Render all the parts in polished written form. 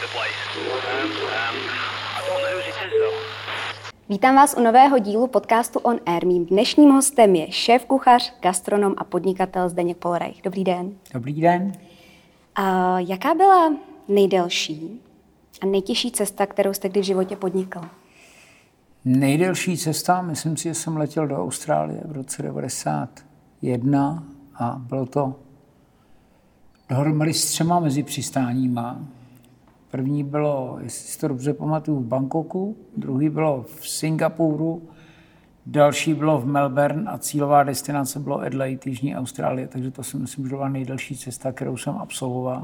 Vítám vás u nového dílu podcastu On Air. Mým dnešním hostem je šéfkuchař, gastronom a podnikatel Zdeněk Polreich. Dobrý den. Dobrý den. Jaká byla nejdelší a nejtěžší cesta, kterou jste kdy v životě podnikl? Nejdelší cesta, myslím si, že jsem letěl do Austrálie v roce 1991 a bylo to dohromady s 3 mezipřistáníma. První bylo, jestli si to dobře pamatuju, v Bangkoku, druhý bylo v Singapuru, další bylo v Melbourne a cílová destinace bylo Adelaide, Jižní Austrálie, takže to si myslím, že byla nejdelší cesta, kterou jsem absolvoval.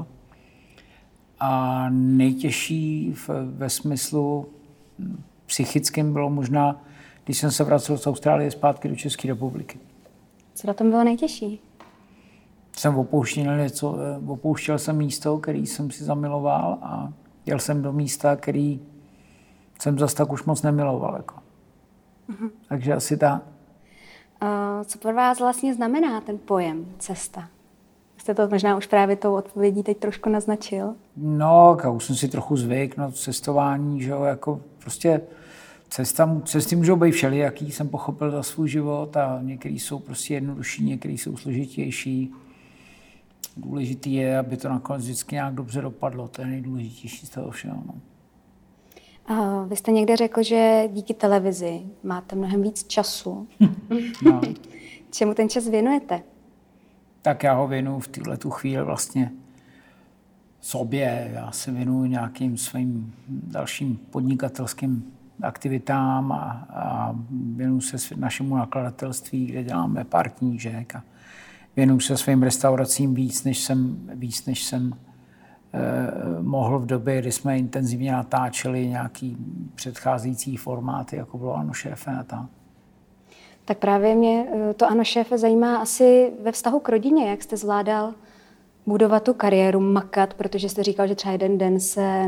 A nejtěžší ve smyslu psychickým bylo možná, když jsem se vracel z Austrálie zpátky do České republiky. Co na tom bylo nejtěžší? Jsem opouštěl jsem místo, který jsem si zamiloval a jel jsem do místa, který jsem zas tak už moc nemiloval. Jako. Uh-huh. Takže asi tak. Co pro vás vlastně znamená ten pojem cesta? Jste to možná už právě tou odpovědí teď trošku naznačil. No, už jsem si trochu zvyk, cestování, že jo, jako prostě cesty můžou být všelijaký, jsem pochopil za svůj život a některý jsou prostě jednodušší, některý jsou složitější. Důležitý je, aby to nakonec vždycky nějak dobře dopadlo, to je nejdůležitější z toho všeho. No. Vy jste někde řekl, že díky televizi máte mnohem víc času. No. Čemu ten čas věnujete? Tak já ho věnuju v této chvíli vlastně sobě. Já se věnuju nějakým svým dalším podnikatelským aktivitám a věnuju se našemu nakladatelství, kde děláme pár knížek a věnuju se svým restauracím víc, než jsem mohl v době, kdy jsme intenzivně natáčeli nějaký předcházející formáty, jako bylo Ano šéfe a tak. Tak právě mě to Ano šéfe zajímá asi ve vztahu k rodině, jak jste zvládal budovat tu kariéru, makat, protože jste říkal, že třeba jeden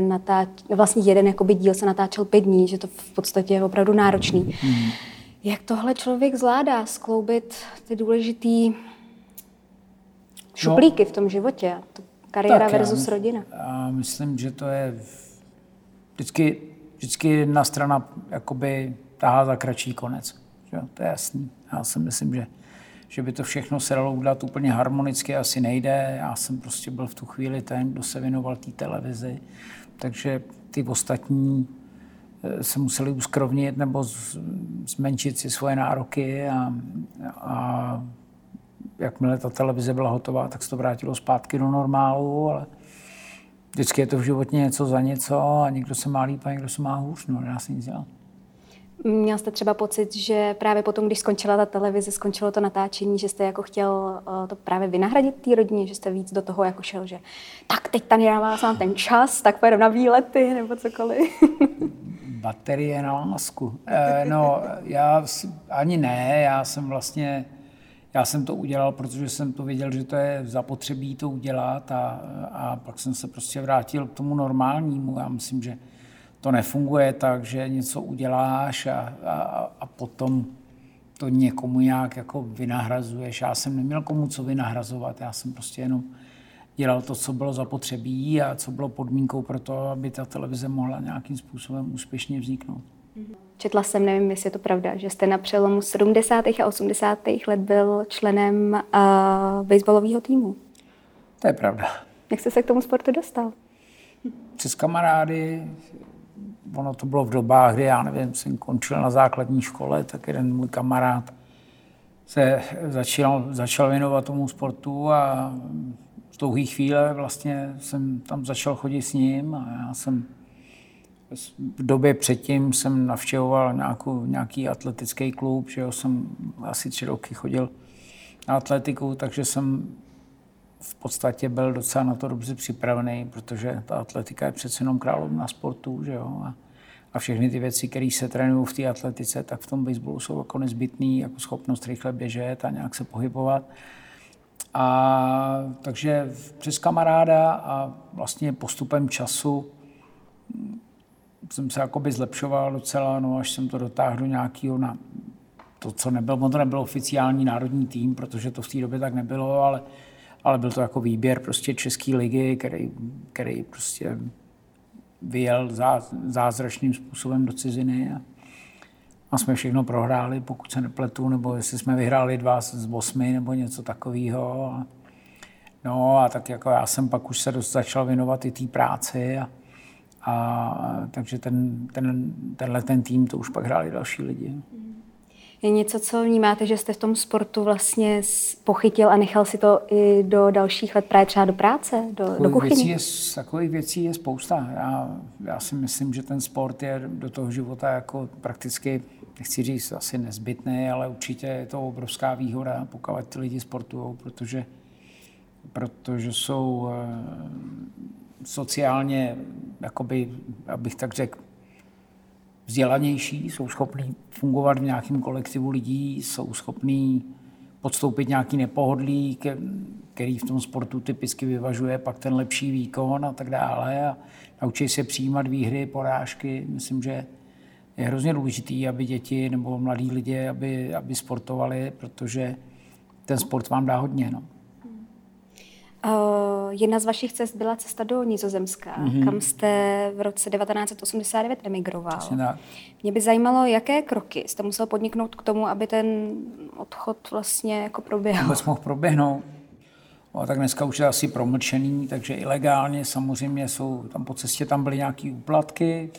díl se natáčel 5 dní, že to v podstatě je opravdu náročný. Jak tohle člověk zvládá skloubit ty důležitý šuplíky v tom životě? Kariéra versus rodina. Já myslím, že to je vždycky jedna strana jakoby tahá za kratší konec. Že? To je jasný. Já si myslím, že by to všechno se dalo udělat úplně harmonicky, asi nejde. Já jsem prostě byl v tu chvíli ten, kdo se věnoval té televizi. Takže ty ostatní se museli uskrovnit nebo zmenšit si svoje nároky a jakmile ta televize byla hotová, tak se to vrátilo zpátky do normálu, ale vždycky je to v životě něco za něco a někdo se má líp a někdo se má hůř, no, já si nic dělat. Měl jste třeba pocit, že právě potom, když skončila ta televize, skončilo to natáčení, že jste jako chtěl to právě vynahradit té rodině, že jste víc do toho jako šel, že tak teď tady dávám ten čas, tak pojedu na výlety nebo cokoliv. Baterie na lásku. Ani ne, já jsem to udělal, protože jsem to věděl, že to je zapotřebí to udělat a pak jsem se prostě vrátil k tomu normálnímu. Já myslím, že to nefunguje tak, že něco uděláš a potom to někomu nějak jako vynahrazuješ. Já jsem neměl komu co vynahrazovat, já jsem prostě jenom dělal to, co bylo zapotřebí a co bylo podmínkou pro to, aby ta televize mohla nějakým způsobem úspěšně vzniknout. Četla jsem, nevím, jestli je to pravda, že jste na přelomu 70. a 80. let byl členem baseballového týmu. To je pravda. Jak jste se k tomu sportu dostal? Přes kamarády. Ono to bylo v dobách, kdy, já nevím, jsem končil na základní škole, tak jeden můj kamarád se začal věnovat tomu sportu a v dlouhé chvíle vlastně jsem tam začal chodit s ním a já jsem v době předtím jsem navštěvoval nějaký atletický klub, že jo, jsem asi 3 roky chodil na atletiku, takže jsem v podstatě byl docela na to dobře připravený, protože ta atletika je přece jenom královna sportu, že jo, a všechny ty věci, které se trénují v té atletice, tak v tom baseballu jsou jako nezbytný, jako schopnost rychle běžet a nějak se pohybovat. A takže přes kamaráda a vlastně postupem času jsem se jakoby zlepšoval docela, no, až jsem to dotáhl do nějakého, to, co nebylo, to nebyl oficiální národní tým, protože to v té době tak nebylo, ale byl to jako výběr prostě České ligy, který prostě vyjel zázračným způsobem do ciziny a jsme všechno prohráli, pokud se nepletu, nebo jestli jsme vyhráli 2 z 8 nebo něco takového. No a tak jako já jsem pak už se začal věnovat i té práci a takže tenhle tým to už pak hráli další lidi. Je něco, co vnímáte, že jste v tom sportu vlastně pochytil a nechal si to i do dalších let, právě třeba do práce, do kuchyně? Takových věcí je spousta. Já si myslím, že ten sport je do toho života jako prakticky, nechci říct asi nezbytný, ale určitě je to obrovská výhoda, pokud ty lidi sportujou, protože jsou sociálně, jakoby, abych tak řekl, vzdělanější, jsou schopní fungovat v nějakém kolektivu lidí, jsou schopní podstoupit nějaký nepohodlí, který v tom sportu typicky vyvažuje pak ten lepší výkon a tak dále. A naučí se přijímat výhry, porážky. Myslím, že je hrozně důležitý, aby děti nebo mladí lidé, aby sportovali, protože ten sport vám dá hodně. No. Jedna z vašich cest byla cesta do Nizozemska, kam jste v roce 1989 emigroval. Mě by zajímalo, jaké kroky jste musel podniknout k tomu, aby ten odchod vlastně jako proběhl. Vůbec mohl proběhnout. Tak dneska už je asi promlčený, takže ilegálně samozřejmě tam po cestě tam byly nějaké úplatky,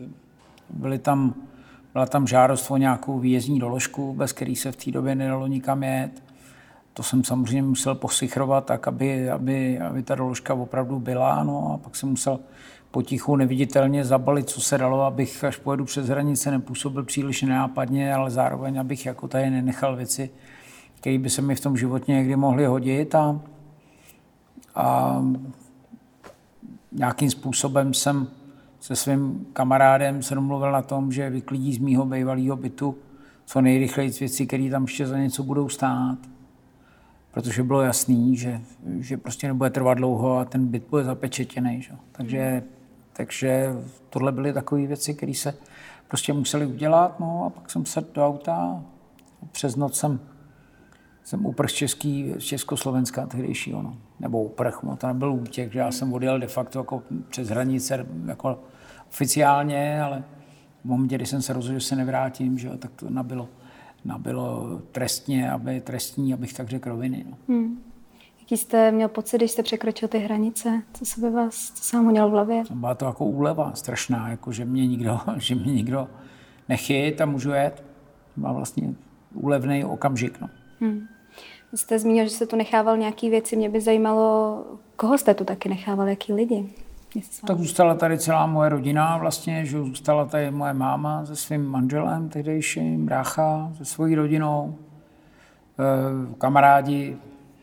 byla tam žádost o nějakou výjezdní doložku, bez který se v té době nedalo nikam jet. To jsem samozřejmě musel posichrovat tak, aby ta doložka opravdu byla. No a pak jsem musel potichu neviditelně zabalit, co se dalo, abych, až pojedu přes hranice, nepůsobil příliš nenápadně, ale zároveň, abych jako tady nenechal věci, které by se mi v tom životě někdy mohly hodit. A nějakým způsobem jsem se svým kamarádem se domluvil na tom, že vyklidí z mýho bývalého bytu co nejrychleji věci, které tam ještě za něco budou stát. Protože bylo jasný, že prostě nebude trvat dlouho a ten byt bude zapečetěný. Takže tohle byly takové věci, které se prostě museli udělat. No a pak jsem sedl do auta a přes noc jsem uprch Československa tehdejšího. No. Nebo uprch, to nebyl útěk, že já jsem odjel de facto jako přes hranice jako oficiálně, ale v momentě, kdy jsem se rozhodl, že se nevrátím, že, tak to nabylo trestní, abych tak řekl, roviny. No. Jaký jste měl pocit, když jste překročil ty hranice? Co se vám honilo v hlavě? Byla to jako úleva strašná, jako že mě nikdo nechyt a můžu jet. Byl vlastně úlevný okamžik. No. Jste zmínil, že jste tu nechával nějaké věci. Mě by zajímalo, koho jste tu taky nechával, jaký lidi? Tak zůstala tady celá moje rodina vlastně, že zůstala tady moje máma se svým manželem tehdejším, brácha se svojí rodinou, kamarádi,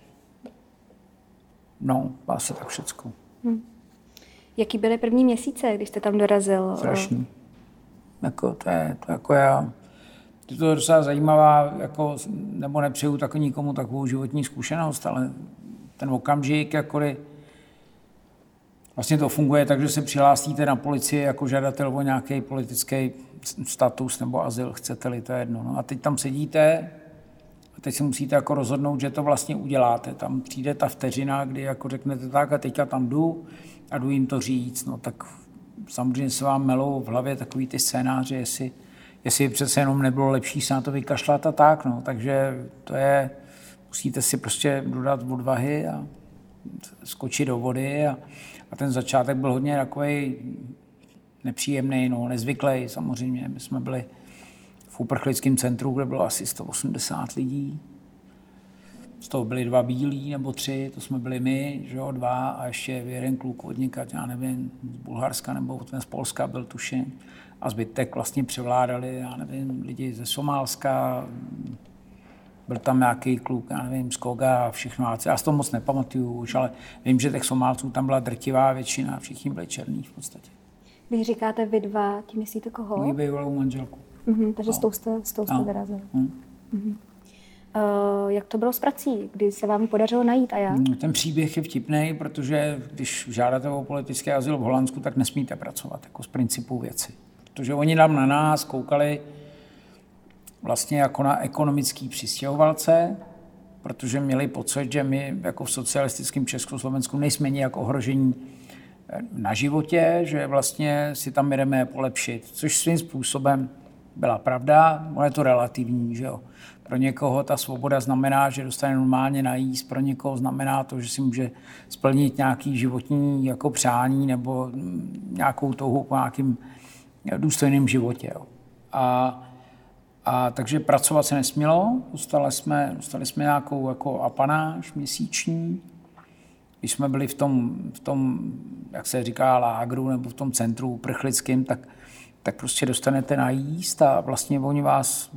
no, asi tak všecko. Jaký byly první měsíce, když jste tam dorazil? Strašný. To je docela zajímavá, jako, nebo nepřeju nikomu takovou životní zkušenost, ale ten okamžik, vlastně to funguje tak, že se přihlásíte na policii jako žadatel o nějaký politický status nebo azyl, chcete-li, to je jedno. No a teď tam sedíte a teď si musíte jako rozhodnout, že to vlastně uděláte. Tam přijde ta vteřina, kdy jako řeknete tak a teďka tam jdu a jdu jim to říct. No tak samozřejmě se vám melou v hlavě takový ty scénáře, jestli přece jenom nebylo lepší se na to vykašlat a tak. No. Takže to je, musíte si prostě dodat odvahy a skočit do vody a ten začátek byl hodně takový nepříjemný, no, nezvyklý samozřejmě. My jsme byli v uprchlickém centru, kde bylo asi 180 lidí. Z toho byli 2 bílí nebo 3, to jsme byli my, že jo, 2 a ještě jeden kluk od někud, já nevím, z Bulharska nebo z Polska byl tušen. A zbytek vlastně převládali, já nevím, lidi ze Somálska, byl tam nějaký kluk, já nevím, z Koga a všechno. Já si to moc nepamatuju už, ale vím, že těch Somálců tam byla drtivá většina, všichni byli černí v podstatě. Když říkáte vy 2, tím myslíte koho? Moji bývalou manželku. Takže s tou jste vyrazili. Jak to bylo s prací? Kdy se vám podařilo najít a jak? Ten příběh je vtipný, protože když žádáte o politický azyl v Holandsku, tak nesmíte pracovat jako z principu věci. Protože oni tam na nás koukali vlastně jako na ekonomický přistěhovalce, protože měli pocit, že my jako v socialistickém Československu nejsme nějak ohrožení na životě, že vlastně si tam jdeme polepšit, což svým způsobem byla pravda, ono je to relativní, že jo. Pro někoho ta svoboda znamená, že dostane normálně najíst, pro někoho znamená to, že si může splnit nějaký životní jako přání nebo nějakou touhu po nějakým důstojným životě. Jo. A takže pracovat se nesmělo, dostali jsme nějakou jako apanáž měsíční. Když jsme byli v tom, jak se říká, lágru nebo v tom centru uprchlickém, tak prostě dostanete najíst a vlastně oni vás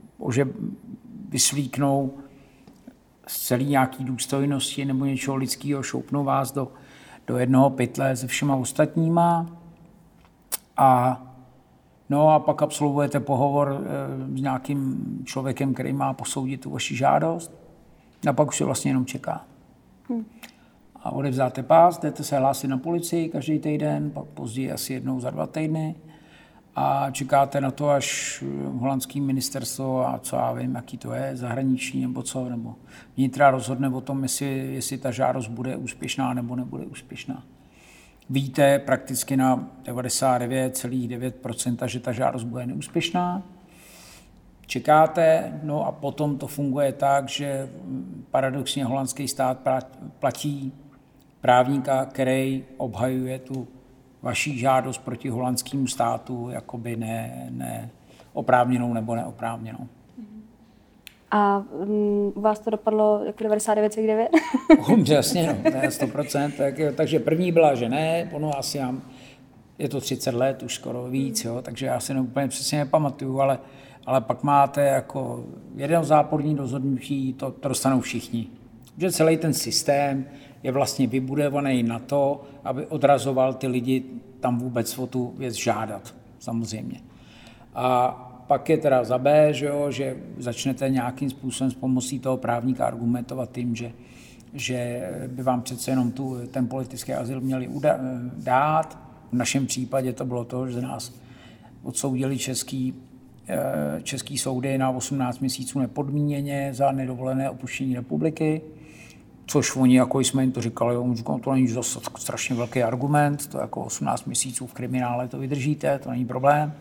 vyslíknou z celý nějaký důstojnosti nebo něčeho lidského, šoupnou vás do jednoho pytle se všema ostatníma a pak absolvujete pohovor s nějakým člověkem, který má posoudit tu vaši žádost a pak už se vlastně jenom čeká. A odevzdáte pás, jdete se hlásit na policii každý týden, pak později asi jednou za 2 týdny a čekáte na to, až holandský ministerstvo a co já vím, jaký to je, zahraniční nebo co, nebo vnitra rozhodne o tom, jestli ta žádost bude úspěšná nebo nebude úspěšná. Víte prakticky na 99,9%, že ta žádost bude neúspěšná. Čekáte, a potom to funguje tak, že paradoxně holandský stát platí právníka, který obhajuje tu vaši žádost proti holandskému státu jakoby neoprávněnou nebo neoprávněnou. A u vás to dopadlo jako 99,9? Jasně, to je 100%. Takže první byla, že ne, asi je to 30 let, už skoro víc, jo, takže já si úplně přesně nepamatuju, ale pak máte jako jeden záporný rozhodnutí, to dostanou všichni. Že celý ten systém je vlastně vybudovaný na to, aby odrazoval ty lidi tam vůbec o tu věc žádat, samozřejmě. A pak je teda za B, že začnete nějakým způsobem s pomocí toho právníka argumentovat tím, že by vám přece jenom ten politický azyl měli dát. V našem případě to bylo to, že nás odsoudili český soudy na 18 měsíců nepodmíněně za nedovolené opuštění republiky, což oni, jako jsme jim to říkali, to není zase strašně velký argument, to jako 18 měsíců v kriminále to vydržíte, to není problém.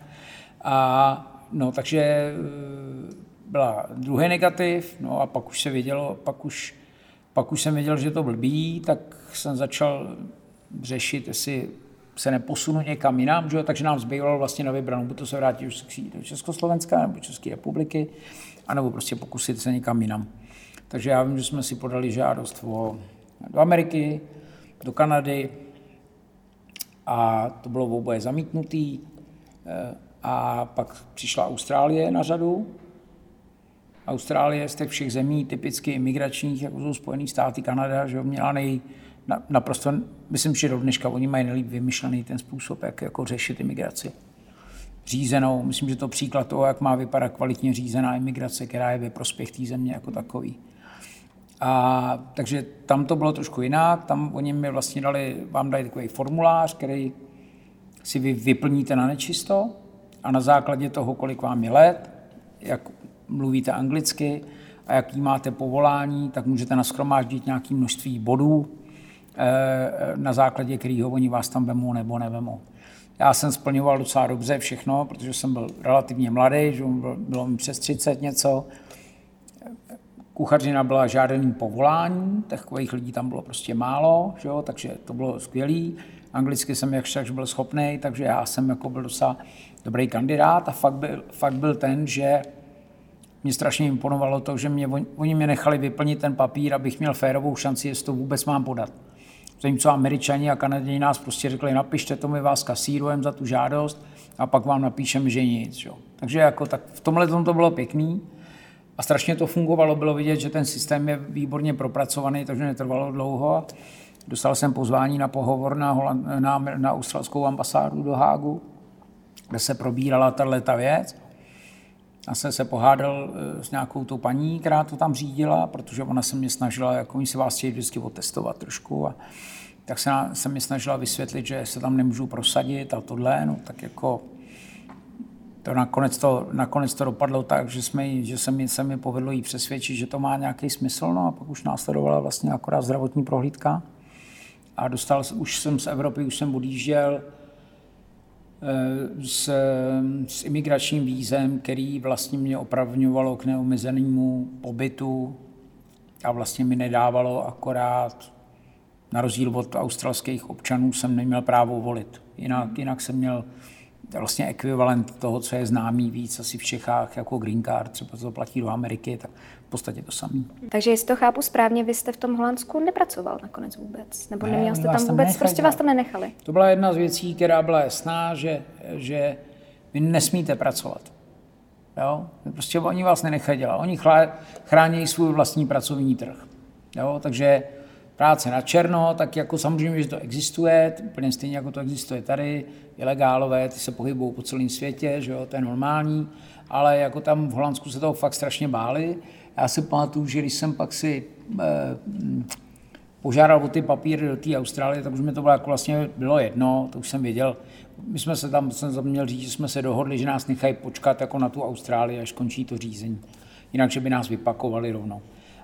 Takže byla druhý negativ, a pak už se vědělo, pak už jsem věděl, že to blbý, tak jsem začal řešit, jestli se neposunu někam jinam, takže nám zbývalo vlastně na vybranou, buď to se vrátit do Československa nebo České republiky, anebo prostě pokusit se někam jinam. Takže já vím, že jsme si podali žádost do Ameriky, do Kanady a to bylo oboje zamítnutý. A pak přišla Austrálie na řadu. Austrálie z těch všech zemí typicky imigračních, jako jsou Spojené státy, Kanada, že měla naprosto, myslím, že do dneška oni mají nejlíp vymyšlený ten způsob, jak jako řešit imigraci. Řízenou, myslím, že to příklad toho, jak má vypadat kvalitně řízená imigrace, která je ve prospěch té země jako takový. Takže tam to bylo trošku jinak, tam oni mi vlastně vám dají takový formulář, který si vy vyplníte na nečisto a na základě toho, kolik vám je let, jak mluvíte anglicky a jaký máte povolání, tak můžete nashromáždit nějaké množství bodů, na základě kterého oni vás tam vemou nebo nevemou. Já jsem splňoval docela dobře všechno, protože jsem byl relativně mladý, že bylo mi přes 30 něco. Kuchařina byla žádným povolání, takových lidí tam bylo prostě málo, že jo, takže to bylo skvělý. Anglicky jsem jakž byl schopný, takže já jsem jako byl docela dobrý kandidát a fakt byl ten, že mě strašně imponovalo to, že oni mě nechali vyplnit ten papír, abych měl férovou šanci, jestli to vůbec mám podat. Zatímco Američani a Kanaděni nás prostě řekli, napište to, my vás kasírujeme za tu žádost a pak vám napíšeme, že nic. Že? Takže jako tak v tomhle to bylo pěkný a strašně to fungovalo, bylo vidět, že ten systém je výborně propracovaný, takže netrvalo dlouho. Dostal jsem pozvání na pohovor na australskou ambasádu do Hágu, kde se probírala tato věc. Já jsem se pohádal s nějakou tou paní, která to tam řídila, protože ona se mě snažila, jako oni si vás chtějí vždycky otestovat trošku, a tak se mě snažila vysvětlit, že se tam nemůžu prosadit a tohle, tak jako to nakonec to dopadlo tak, že se mi povedlo jí přesvědčit, že to má nějaký smysl, a pak už následovala vlastně akorát zdravotní prohlídka a už jsem z Evropy, už jsem odjížděl s imigračním vízem, který vlastně mě opravňovalo k neomezenému pobytu a vlastně mi nedávalo akorát, na rozdíl od australských občanů, jsem neměl právo volit. Jinak jsem měl vlastně ekvivalent toho, co je známý víc asi v Čechách, jako green card, třeba to platí do Ameriky, tak v podstatě to samé. Takže jestli to chápu správně, vy jste v tom Holandsku nepracoval nakonec vůbec? Nebo neměl jste tam vůbec, prostě vás tam nenechali? To byla jedna z věcí, která byla jasná, že vy nesmíte pracovat. Jo? Prostě oni vás nenechají dělat. Oni chrání svůj vlastní pracovní trh. Jo? Takže práce na černo, tak jako samozřejmě, že to existuje, úplně stejně jako to existuje tady, ilegálové, ty se pohybují po celém světě, že jo, to je normální, ale jako tam v Holandsku se toho fakt strašně báli. Já si pamatuju, že když jsem pak si požádal o ty papíry do té Austrálie, tak už mi to bylo, jako vlastně bylo jedno, to už jsem věděl. My jsme se tam, jsem měl říct, že jsme se dohodli, že nás nechají počkat jako na tu Austrálii, až skončí to řízení. Jinak, že by nás vypakovali rovnou.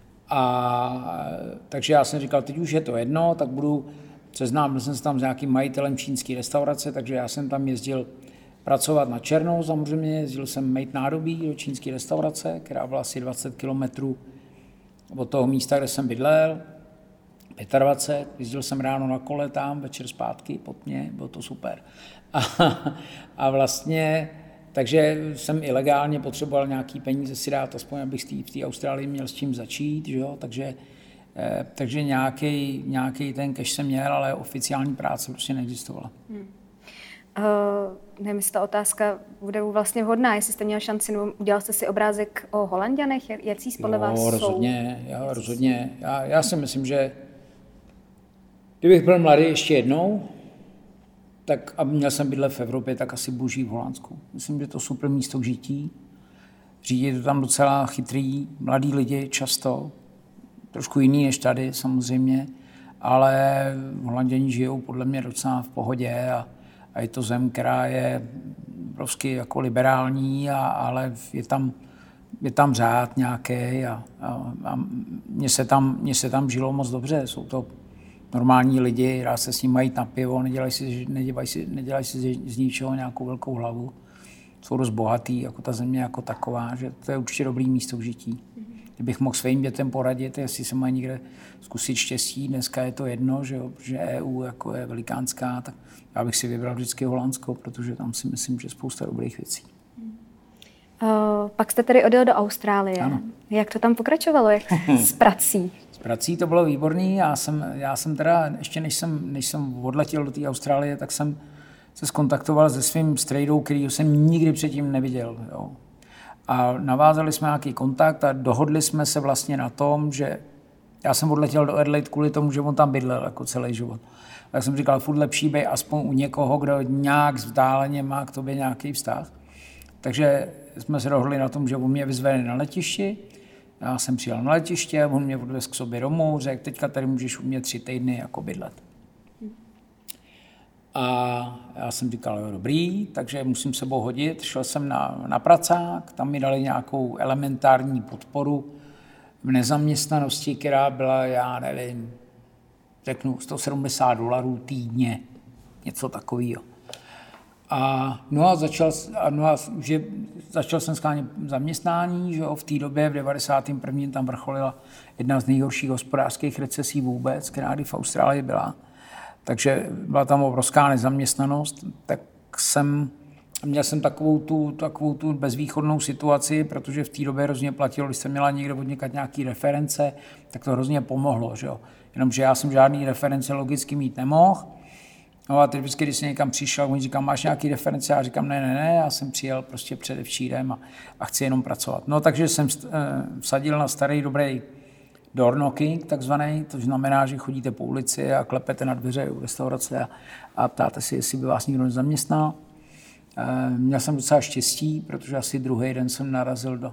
Takže já jsem říkal, teď už je to jedno, tak seznámil jsem se tam s nějakým majitelem čínské restaurace, takže já jsem tam jezdil pracovat na černou samozřejmě, jezdil jsem mít nádobí do čínské restaurace, která byla asi 20 kilometrů od toho místa, kde jsem bydlel, 25, jezdil jsem ráno na kole tam, večer zpátky pod mě, bylo to super. A vlastně, takže jsem ilegálně potřeboval nějaký peníze si dát, aspoň abych v té Austrálii měl s čím začít, že jo? Takže nějaký ten cash jsem měl, ale oficiální práce prostě neexistovala. Nevím, jestli ta otázka bude vlastně vhodná, jestli jste měl šanci, udělal jste si obrázek o Holanďanech, jaký podle vás jsou? Rozhodně. Já si myslím, že kdybych byl mladý ještě jednou, tak a měl jsem bydlet v Evropě, tak asi budu žít v Holandsku. Myslím, že to je super místo k žití. Řídí to tam docela chytrý, mladí lidi často, trošku jiný než tady samozřejmě, ale Holanděni žijou podle mě docela v pohodě a je to zem, která je prostě jako liberální, ale je tam řád nějaký a mně se tam žilo moc dobře. Jsou to normální lidi, rád se s ním mají na pivo, nedělají si z ničeho nějakou velkou hlavu. Jsou dost bohatý, jako ta země jako taková, že to je určitě dobrý místo k žití. Kdybych mohl svým dětem poradit, jestli se mají někde zkusit štěstí, dneska je to jedno, že EU jako je velikánská, tak já bych si vybral vždycky Holandsko, protože tam si myslím, že je spousta dobrých věcí. Pak jste tedy odjel do Austrálie. Ano. Jak to tam pokračovalo? Jak s prací? S prací to bylo výborný. Já jsem teda, ještě než jsem odletěl do té Austrálie, tak jsem se skontaktoval se svým strejdou, kterýho jsem nikdy předtím neviděl. Jo. A navázali jsme nějaký kontakt a dohodli jsme se vlastně na tom, že já jsem odletěl do Adelaide kvůli tomu, že on tam bydlel jako celý život. Tak jsem říkal, furt lepší být aspoň u někoho, kdo nějak vzdáleně má k tobě nějaký vztah. Takže jsme se dohodli na tom, že on mě vyzve na letišti. Já jsem přijel na letiště, on mě odvez k sobě domů, řekl, teďka tady můžeš u mě 3 týdny jako bydlet. A já jsem říkal, jo, dobrý, takže musím sebou hodit. Šel jsem na pracák, tam mi dali nějakou elementární podporu v nezaměstnanosti, která byla, já nevím, řeknu $170 týdně, něco takového. Začal jsem shánět zaměstnání, že jo, v té době v 91. tam vrcholila jedna z nejhorších hospodářských recesí vůbec, která v Austrálii byla. Takže byla tam obrovská nezaměstnanost, tak měl jsem takovou tu bezvýchodnou situaci, protože v té době hrozně platilo, když jsem měla někde odněkat nějaký reference, tak to hrozně pomohlo, že jo. Jenomže já jsem žádný reference logicky mít nemohl. No a teď vždycky, když jsem někam přišel, oni říkám, máš nějaký reference? Já říkám, ne, já jsem přijel prostě předevčírem a chci jenom pracovat. No takže jsem vsadil na starý dobrý door knocking, takzvaný, to znamená, že chodíte po ulici a klepete na dveře u restaurace a ptáte si, jestli by vás nikdo nezaměstnal. Měl jsem docela štěstí, protože asi druhý den jsem narazil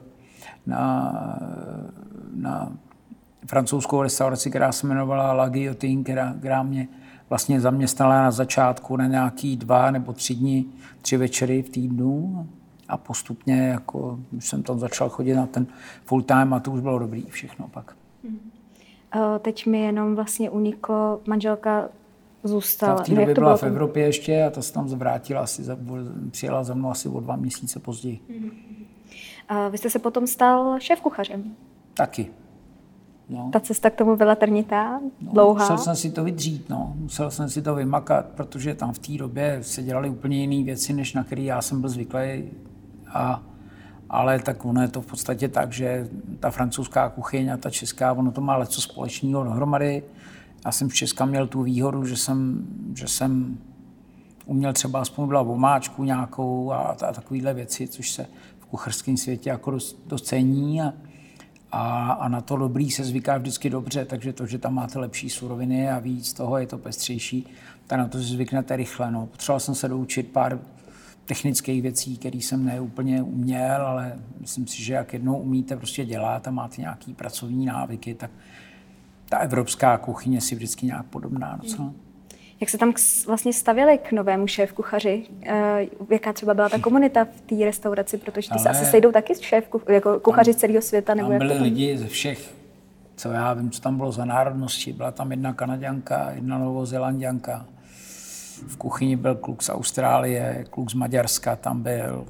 na francouzskou restauraci, která se jmenovala La Guillotine, která mě vlastně zaměstnala na začátku na nějaký 2 nebo 3 dny, 3 večery v týdnu a postupně jako, už jsem tam začal chodit na ten full time a to už bylo dobrý všechno pak. Teď mi jenom vlastně uniklo, manželka zůstala. Ta v té době byla v Evropě ještě a ta se tam vrátila, přijela za mnou asi o 2 měsíce později. A vy jste se potom stal šéfkuchařem. Taky. No. Ta cesta k tomu byla trnitá, dlouhá. Musel jsem si to vydřít, musel jsem si to vymakat, protože tam v té době se dělaly úplně jiné věci, než na které já jsem byl zvyklý. Ale tak ono je to v podstatě tak, že ta francouzská kuchyň a ta česká, ono to má leco společného dohromady. Já jsem v Česka měl tu výhodu, že jsem uměl třeba aspoň byla omáčku nějakou a takovéhle věci, což se v kuchařském světě jako dost cení a na to dobrý se zvyká vždycky dobře, takže to, že tam máte lepší suroviny a víc toho, je to pestřejší, tak na to si zvyknete rychle. Potřeboval jsem se doučit pár technických věcí, které jsem neúplně uměl, ale myslím si, že jak jednou umíte prostě dělat a máte nějaký pracovní návyky, tak ta evropská kuchyně si vždycky nějak podobná docela. Jak se tam vlastně stavěli k novému šéfkuchaři? Jaká třeba byla ta komunita v té restauraci? Protože ty se asi sejdou taky jako kuchaři z celého světa. Nebo tam byli lidi ze všech, co já vím, co tam bylo za národnosti. Byla tam jedna Kanaďanka, jedna Novozélanďanka. V kuchyni byl kluk z Austrálie, kluk z Maďarska tam byl.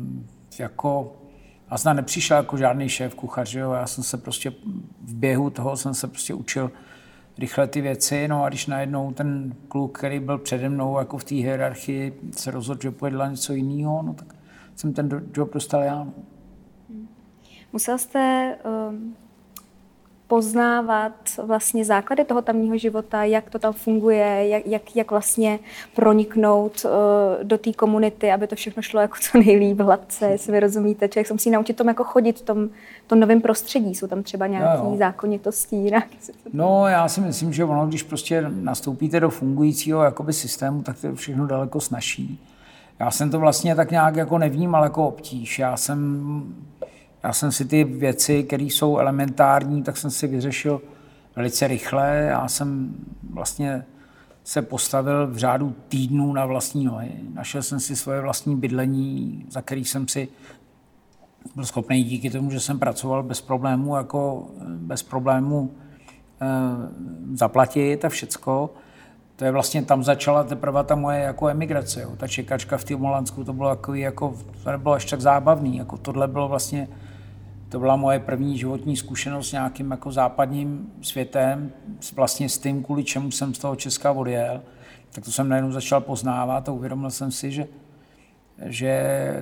Já jsem nepřišel jako žádný šéf kuchař, jo? Já jsem se prostě v běhu toho jsem se prostě učil rychle ty věci, a když najednou ten kluk, který byl přede mnou jako v té hierarchii, se rozhodl, že půjde dělat něco jiného, tak jsem ten job dostal já. Musel jste poznávat vlastně základy toho tamního života, jak to tam funguje, jak vlastně proniknout do té komunity, aby to všechno šlo jako co nejlíp, hladce, jestli vy rozumíte. Člověk se musí naučit tom jako chodit v tom novém prostředí. Jsou tam třeba nějaké zákonitosti. Já si myslím, že ono, když prostě nastoupíte do fungujícího jakoby systému, tak to je všechno daleko snazší. Já jsem to vlastně tak nějak jako nevnímal jako obtíž. Já jsem si ty věci, které jsou elementární, tak jsem si vyřešil velice rychle. Já jsem vlastně se postavil v řádu týdnů na vlastní nohy. Našel jsem si svoje vlastní bydlení, za který jsem si byl schopný díky tomu, že jsem pracoval bez problémů zaplatit a všecko. To je vlastně, tam začala teprve ta moje jako emigrace. Jo. Ta čekačka v tom Holandsku, to bylo to nebylo až tak zábavný. Tohle bylo vlastně, to byla moje první životní zkušenost s nějakým jako západním světem, vlastně s tím, kvůli čemu jsem z toho Česka odjel. Tak to jsem najednou začal poznávat a uvědomil jsem si, že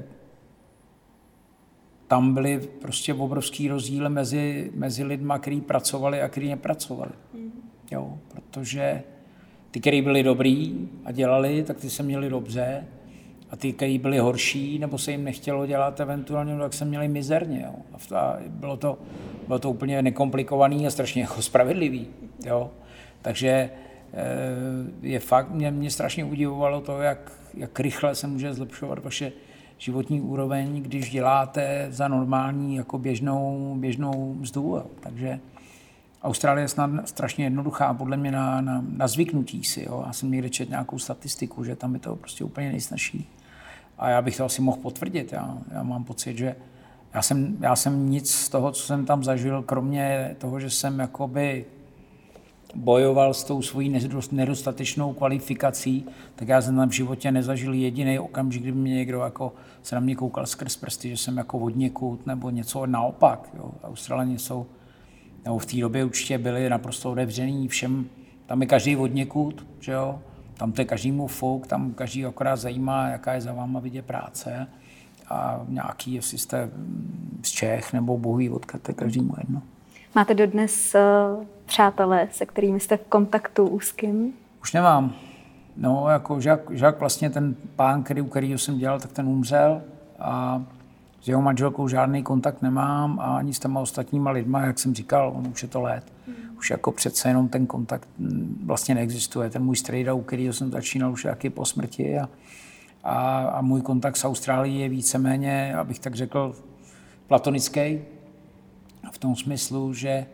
tam byly prostě obrovský rozdíly mezi lidma, kteří pracovali a kteří nepracovali. Jo, protože ty, kteří byli dobrý a dělali, tak ty se měli dobře. A ty, kteří byli horší, nebo se jim nechtělo dělat eventuálně, tak se měli mizerně. Jo. A bylo to úplně nekomplikovaný a strašně jako spravedlivý. Jo. Takže je fakt, mě strašně udivovalo to, jak rychle se může zlepšovat vaše životní úroveň, když děláte za normální jako běžnou mzdu. Jo. Takže Austrálie je snad strašně jednoduchá, podle mě na zvyknutí si. Jo. Já jsem někde četl nějakou statistiku, že tam je to prostě úplně nejsnažší. A já bych to asi mohl potvrdit. Já mám pocit, že já jsem nic z toho, co jsem tam zažil, kromě toho, že jsem jakoby bojoval s tou svojí nedostatečnou kvalifikací, tak já jsem tam v životě nezažil jediný okamžik, kdy mě někdo jako se na mě koukal skrz prsty, že jsem jako odněkud nebo něco naopak. Jo. Australané jsou, nebo v té době určitě byli naprosto otevřený všem, tam je každý odněkud, že jo. Tam to je každému fouk, tam každý akorát zajímá, jaká je za váma vidět práce a nějaký, jestli jste z Čech nebo bohu ví odkud, to je každému jedno. Máte dodnes přátelé, se kterými jste v kontaktu úzkým? Už nemám. No, jako Žák vlastně ten pán, u kterého jsem dělal, tak ten umřel a s jeho manželkou žádný kontakt nemám a ani s těma ostatníma lidma, jak jsem říkal, on už je to let. Už jako přece jenom ten kontakt vlastně neexistuje. Ten můj strejda, u kterého jsem začínal už taky po smrti a můj kontakt s Austrálií je víceméně, abych tak řekl, platonický. V tom smyslu, že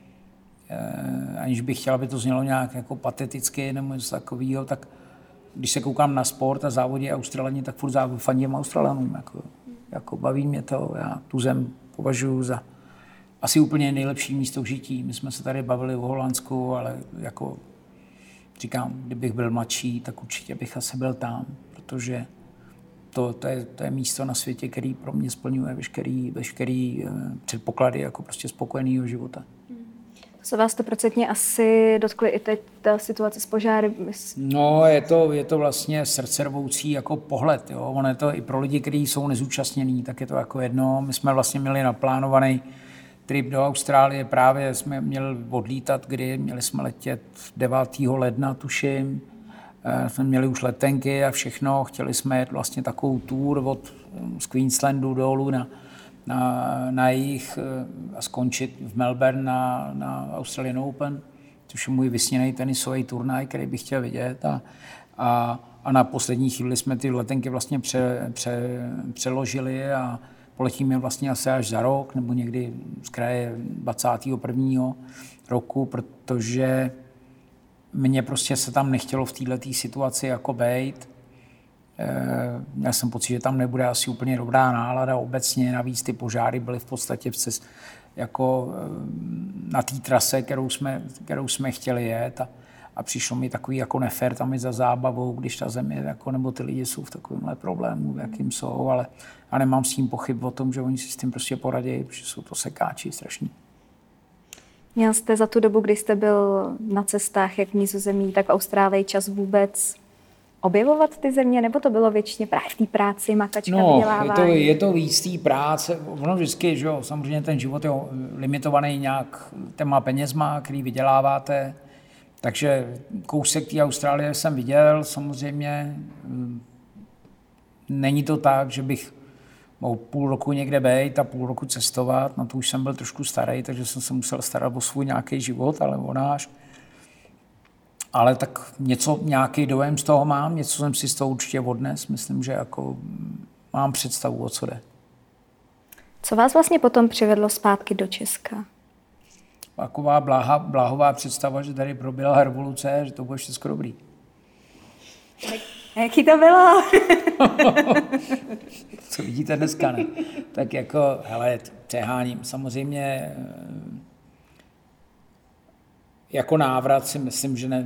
aniž bych chtěl, aby to znělo nějak jako pateticky nebo něco takového, tak když se koukám na sport a závodě Australaně, tak furt fandím Australanům. Jako baví mě to, já tu zem považuji za asi úplně nejlepší místo k žití. My jsme se tady bavili o Holandsku, ale jako říkám, kdybych byl mladší, tak určitě bych asi byl tam, protože to je místo na světě, který pro mě splňuje veškerý předpoklady jako prostě spokojeného života. Se vás 100% asi dotkly i teď ta situace s požáry? No, je to vlastně srdcervoucí jako pohled. Jo. Ono je to i pro lidi, kteří jsou nezúčastnění, tak je to jako jedno. My jsme vlastně měli naplánovaný trip do Austrálie, právě jsme měli odlítat, měli jsme letět 9. ledna, tuším. Jsme měli už letenky a všechno. Chtěli jsme jet vlastně takovou tour z Queenslandu dolů na jih a skončit v Melbourne na Australian Open, což je můj vysněný tenisový turnaj, který bych chtěl vidět. A na poslední chvíli jsme ty letenky vlastně přeložili a poletíme vlastně asi až za rok, nebo někdy z kraje 21. roku, protože mně prostě se tam nechtělo v této situaci jako bejt. Měl jsem pocit, že tam nebude asi úplně dobrá nálada obecně, navíc ty požáry byly v podstatě jako na té trase, kterou jsme chtěli jet a přišlo mi takový jako nefér tam i za zábavou, když ta země jako, nebo ty lidi jsou v takovémhle problému, v jakým jsou, ale a nemám s tím pochyb o tom, že oni si s tím prostě poradí, protože jsou to sekáči strašní. Měl jste za tu dobu, kdy jste byl na cestách, jak v Nizozemí, tak v Austrálii, čas vůbec objevovat ty země, nebo to bylo většině právě v té práci, makačka, vydělávání? Je to víc té práce. Ono vždycky, že jo, samozřejmě ten život je limitovaný nějak těma penězma, který vyděláváte. Takže kousek té Austrálie jsem viděl, samozřejmě. Není to tak, že bych mohl půl roku někde bejt a půl roku cestovat. Na to už jsem byl trošku starý, takže jsem se musel starat o svůj nějaký život, ale o náš. Ale tak nějaký dojem z toho mám, něco jsem si z toho určitě odnes. Myslím, že jako mám představu, o co jde. Co vás vlastně potom přivedlo zpátky do Česka? Taková bláhová představa, že tady proběhla revoluce, že to bude všechno dobrý. Jaký to bylo? Co vidíte dneska, ne? Tak jako, hele, přeháním. Samozřejmě jako návrat si myslím, že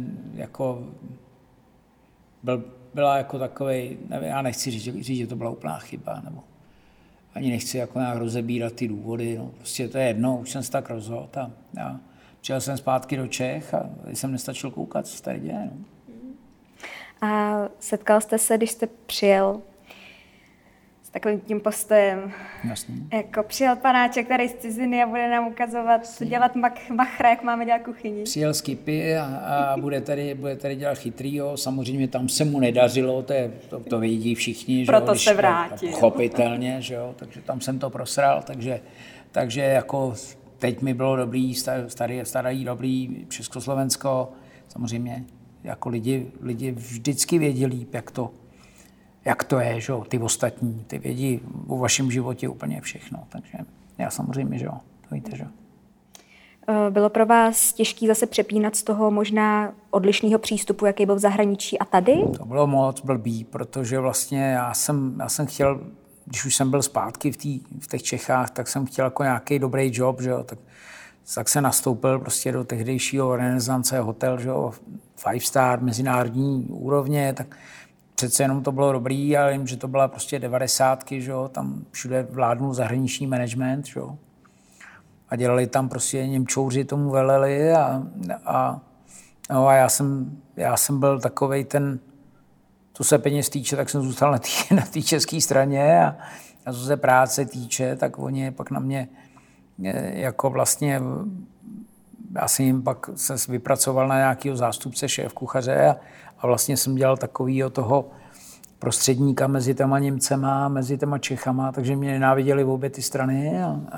byla jako takovej, nevím, já nechci říct, že to byla úplná chyba, nebo ani nechci jako nějak rozebírat ty důvody, no, prostě to je jedno, už jsem se tak rozhodl a přijel jsem zpátky do Čech a jsem nestačil koukat, co se tady děje. No. A setkal jste se, když jste přijel s takovým tím postojem? Jasný. Jako přijel panáček tady z ciziny a bude nám ukazovat, co dělat machra, jak máme dělat kuchyni. Přijel z Kypy a bude tady dělat chytrýho. Samozřejmě tam se mu nedařilo, to vidí všichni. Proto že se vrátil. Pochopitelně, že jo, takže tam jsem to prosral, takže jako teď mi bylo dobrý, starý dobrý Československo, samozřejmě jako lidi vždycky vědí líp, jak to je, že jo, ty ostatní, ty vědí o vašem životě úplně všechno, takže já samozřejmě, že jo, to víte, že jo. Bylo pro vás těžké zase přepínat z toho možná odlišného přístupu, jaký byl v zahraničí a tady? To bylo moc blbý, protože vlastně já jsem chtěl, když už jsem byl zpátky v těch Čechách, tak jsem chtěl jako nějaký dobrý job, že jo, tak se nastoupil prostě do tehdejšího Renesance hotel, že jo, 5-star, mezinárodní úrovně, tak přece jenom to bylo dobrý, ale vím, že to byla prostě 90, že jo, tam všude vládnul zahraniční management, že jo. A dělali tam prostě Němčouři, tomu veleli a já jsem byl takovej ten, co se peněz týče, tak jsem zůstal na té české straně a co se práce týče, tak oni pak na mě jako vlastně, já jsem jim pak se vypracoval na nějakého zástupce šéfkuchaře a vlastně jsem dělal takovýho toho prostředníka mezi těma Němcema, mezi těma Čechama, takže mě nenáviděli v obě ty strany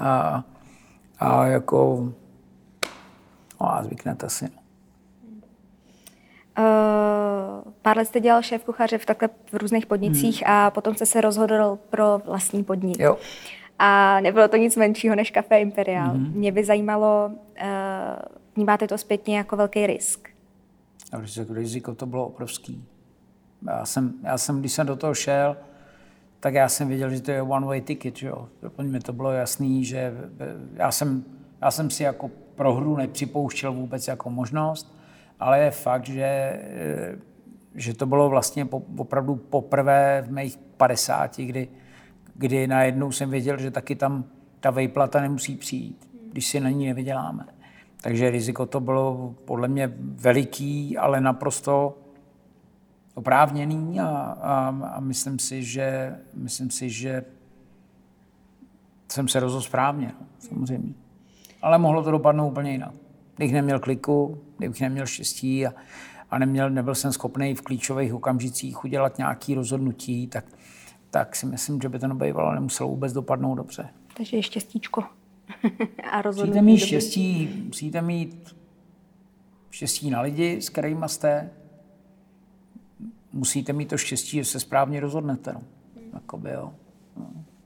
a jako zvyknete si. Pár let jste dělal šéfkuchaře v různých podnicích a potom jste se rozhodl pro vlastní podnik. Jo. A nebylo to nic menšího než Café Imperial. Mě by zajímalo, vnímáte to zpětně jako velký risk? Riziko to bylo obrovský. Já jsem, když jsem do toho šel, tak já jsem věděl, že to je one-way ticket, že jo. Mě to bylo jasný, že já jsem si jako pro hru nepřipouštěl vůbec jako možnost ale je fakt, že to bylo vlastně opravdu poprvé v mých 50, kdy najednou jsem věděl, že taky tam ta vejplata nemusí přijít, když si na ní nevyděláme. Takže riziko to bylo podle mě veliký, ale naprosto oprávněný a myslím si, že jsem se rozhodl správně, samozřejmě. Ale mohlo to dopadnout úplně jinak. Kdybych neměl kliku, kdybych neměl štěstí a nebyl jsem schopný v klíčových okamžicích udělat nějaké rozhodnutí, tak si myslím, že by to nebývalo nemuselo vůbec dopadnout dobře. Takže je štěstíčko. A rozhodnutí. Musíte mít štěstí na lidi, s kterými jste. Musíte mít to štěstí, že se správně rozhodnete. No. Jakoby, jo. No.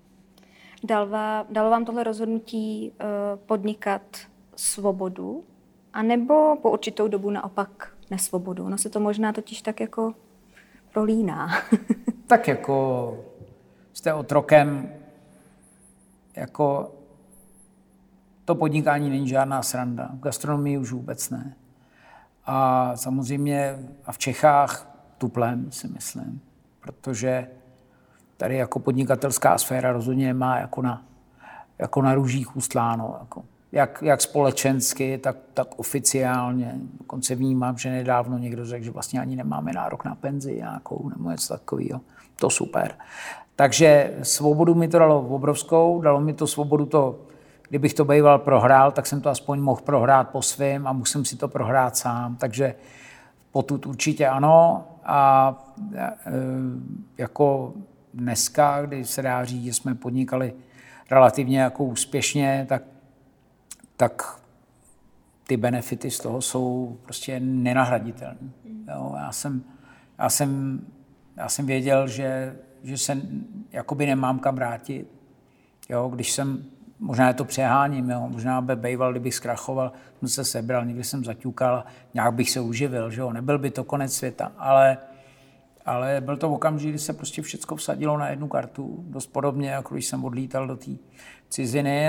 Dalo vám tohle rozhodnutí podnikat svobodu, anebo po určitou dobu naopak nesvobodu? Ono se to možná totiž tak jako prolíná. Tak jako jste otrokem, jako to podnikání není žádná sranda. V gastronomii už vůbec ne. A samozřejmě a v Čechách tuplem, si myslím, protože tady jako podnikatelská sféra rozhodně nemá jako na růžích ustláno. Jako. Jak společensky, tak oficiálně. Dokonce vnímám, že nedávno někdo řekl, že vlastně ani nemáme nárok na penzi nějakou nebo něco takového. To super. Takže svobodu mi to dalo obrovskou, dalo mi to svobodu to, kdybych to býval prohrál, tak jsem to aspoň mohl prohrát po svém a musím si to prohrát sám. Takže potud určitě ano. A jako dneska, kdy se dá říct, že jsme podnikali relativně jako úspěšně, tak ty benefity z toho jsou prostě nenahraditelné. Já jsem věděl, že se jakoby nemám kam vrátit. Jo, když jsem, možná je to přeháním, jo, možná by býval, kdybych zkrachoval, jsem se sebral, někdy jsem zaťukal, nějak bych se uživil, že jo, nebyl by to konec světa, ale byl to okamžik, kdy se prostě všecko vsadilo na jednu kartu, dost podobně, jako když jsem odlítal do té ciziny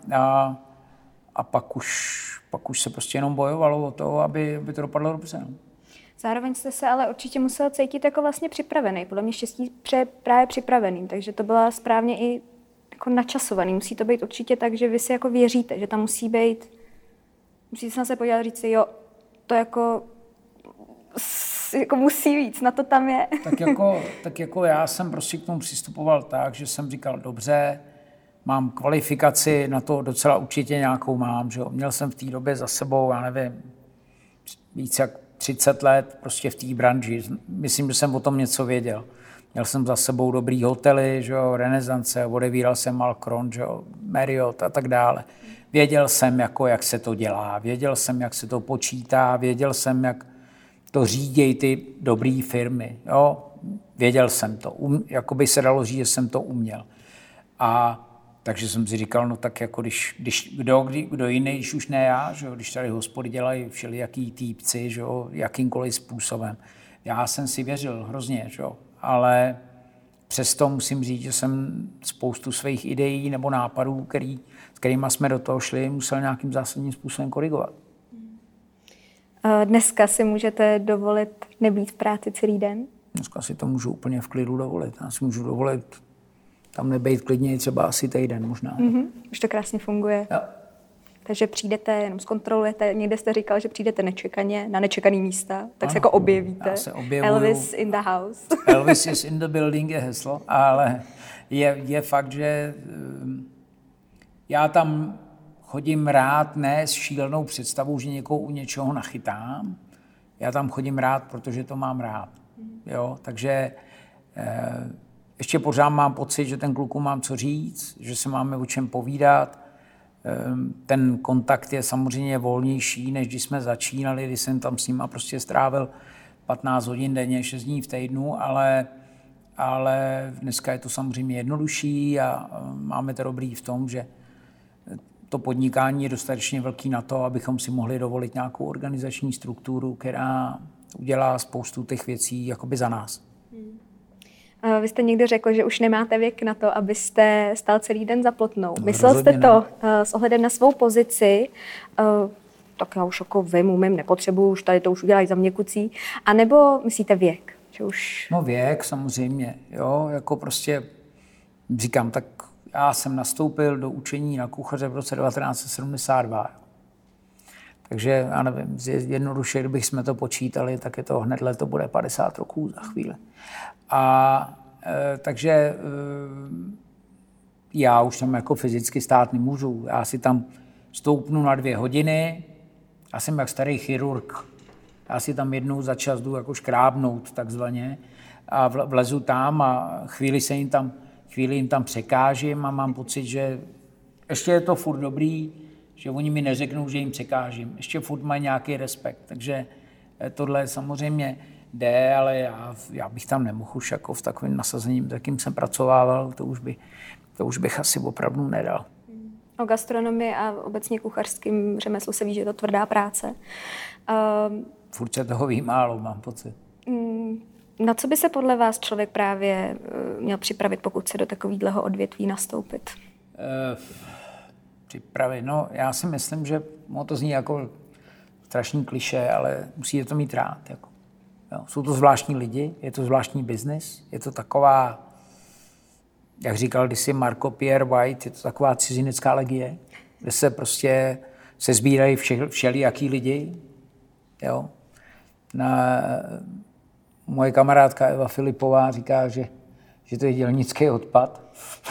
a pak už se prostě jenom bojovalo o to, aby to dopadlo dobře. No. Zároveň jste se ale určitě musel cítit jako vlastně připravený. Podle mě štěstí právě připraveným, takže to byla správně i jako načasovaný. Musí to být určitě tak, že vy si jako věříte, že tam musíte se na se podívat a říct si, jo, to jako musí víc, na to tam je. Tak jako já jsem prostě k tomu přistupoval tak, že jsem říkal, dobře, mám kvalifikaci, na to docela určitě nějakou mám, že jo. Měl jsem v té době za sebou, já nevím, více jak 30 let prostě v té branži. Myslím, že jsem o tom něco věděl. Měl jsem za sebou dobrý hotely, že jo, Renesance, odevíral jsem Malcron, že jo, Marriott a tak dále. Věděl jsem, jak se to dělá, věděl jsem, jak se to počítá, věděl jsem, jak to řídějí ty dobré firmy. Jo. Věděl jsem to. Jakoby se dalo říct, že jsem to uměl. A takže jsem si říkal, no tak jako kdo jiný, když už ne já, že jo, když tady hospody dělají všelijaký týpci, že jo, jakýmkoliv způsobem. Já jsem si věřil hrozně, že jo, ale přesto musím říct, že jsem spoustu svých ideí nebo nápadů, s kterými jsme do toho šli, musel nějakým zásadním způsobem korigovat. Dneska si můžete dovolit nebýt v práci celý den? Dneska si to můžu úplně v klidu dovolit. Já si můžu dovolit tam nebejt klidně třeba asi týden možná. Už to krásně funguje. Jo. Takže přijdete, jenom zkontrolujete, někde jste říkal, že přijdete nečekaně, na nečekaný místa, tak se jako objevíte. Já se objevuju. Elvis in the house. Elvis is in the building je heslo, ale je fakt, že já tam chodím rád ne s šílenou představou, že někoho u něčeho nachytám. Já tam chodím rád, protože to mám rád. Jo? Takže ještě pořád mám pocit, že ten klukům mám co říct, že se máme o čem povídat. Ten kontakt je samozřejmě volnější, než když jsme začínali, kdy jsem tam s nima prostě strávil 15 hodin denně, 6 dní v týdnu, ale dneska je to samozřejmě jednodušší a máme to dobrý v tom, že to podnikání je dostatečně velký na to, abychom si mohli dovolit nějakou organizační strukturu, která udělá spoustu těch věcí jakoby za nás. Vy jste někdy řekl, že už nemáte věk na to, abyste stál celý den za plotnou. Myslel jste to s ohledem na svou pozici tak já už jako vím, umím, nepotřebuju, už tady to už udělají za mě kucí. A nebo myslíte věk? Že už... No věk samozřejmě, jo, jako prostě říkám, tak já jsem nastoupil do učení na kuchaře v roce 1972. Takže já nevím, jednoduše, kdybych jsme to počítali, tak je to hnedle, to bude 50 roků za chvíli. A takže já už tam jako fyzicky stát nemůžu. Já si tam stoupnu na 2 hodiny, já jsem jak starý chirurg. Já si tam jednou za čas jdu jako škrábnout takzvaně a vlezu tam a chvíli jim tam překážím a mám pocit, že ještě je to furt dobrý, že oni mi neřeknou, že jim překážím. Ještě furt mají nějaký respekt. Takže tohle samozřejmě jde, ale já bych tam nemohl už jako v takovém nasazením, takým jsem pracovával, to už bych asi opravdu nedal. O gastronomii a obecně kuchařským řemeslu se ví, že je to tvrdá práce. Furt se toho ví málo, mám pocit. Na co by se podle vás člověk právě měl připravit, pokud se do takového odvětví nastoupit? Připravit, no já si myslím, že to zní jako strašný klišé, ale musíte to mít rád. Jako. Jo. Jsou to zvláštní lidi, je to zvláštní biznis, je to taková, jak říkal kdysi Marco Pierre White, je to taková cizinecká legie, kde se prostě se sbírají všelijaký lidi. Jo. Moje kamarádka Eva Filipová říká, že to je dělnický odpad.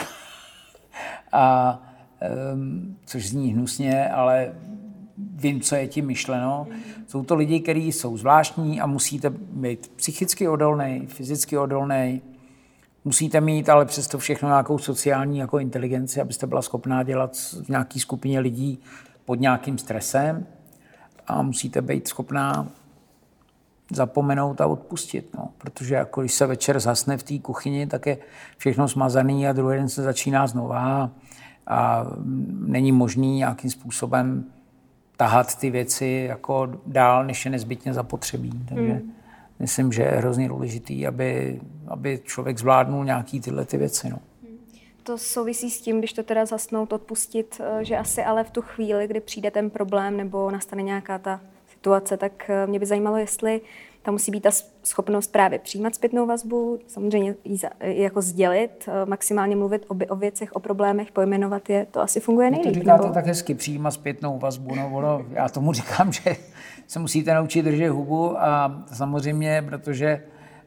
A což zní hnusně, ale vím, co je tím myšleno. Jsou to lidi, kteří jsou zvláštní a musíte být psychicky odolný, fyzicky odolný. Musíte mít ale přesto všechno nějakou sociální jako inteligenci, abyste byla schopná dělat v nějaké skupině lidí pod nějakým stresem a musíte být schopná zapomenout a odpustit. No. Protože jako když se večer zhasne v té kuchyni, tak je všechno smazaný a druhý den se začíná znova a není možný nějakým způsobem tahat ty věci jako dál, než je nezbytně zapotřebí. Takže myslím, že je hrozně důležitý, aby člověk zvládnul nějaký tyhle ty věci. No. To souvisí s tím, když to teda zasnout, odpustit, že asi ale v tu chvíli, kdy přijde ten problém nebo nastane nějaká ta situace, tak mě by zajímalo, jestli tam musí být ta schopnost právě přijímat zpětnou vazbu, samozřejmě jako sdělit, maximálně mluvit o věcech, o problémech, pojmenovat je, to asi funguje nejlíp. To říkáte tak hezky, přijímat zpětnou vazbu, no, já tomu říkám, že se musíte naučit držet hubu a samozřejmě, protože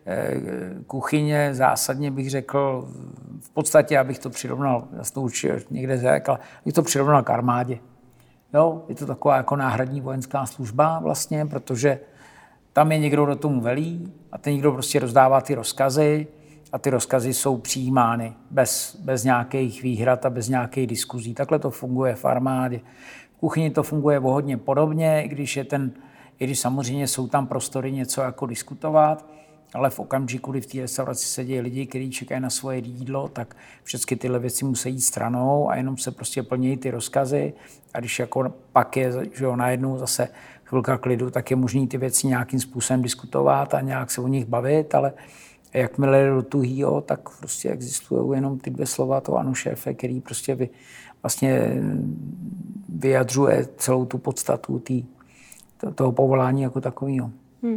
kuchyně zásadně bych řekl, v podstatě, abych to přirovnal, já jsem to už někde řekl, bych to přirovnal k armádě. Jo, je to taková jako náhradní vojenská služba vlastně, protože tam je někdo, kdo tomu velí a ten někdo prostě rozdává ty rozkazy a ty rozkazy jsou přijímány bez nějakých výhrad a bez nějakých diskuzí. Takhle to funguje v armádě. V kuchyni to funguje hodně podobně, i když samozřejmě jsou tam prostory něco jako diskutovat, ale v okamžiku, kdy v té restauraci sedí lidi, kteří čekají na svoje jídlo, tak všechny tyhle věci musí jít stranou a jenom se prostě plní ty rozkazy. A když jako pak je, že jo, najednou zase chvilka klidu, tak je možný ty věci nějakým způsobem diskutovat a nějak se o nich bavit, ale jakmile je do tuhýho, tak prostě existují jenom ty 2 slova toho ano šéfe, který prostě vlastně vyjadřuje celou tu podstatu toho povolání jako takového.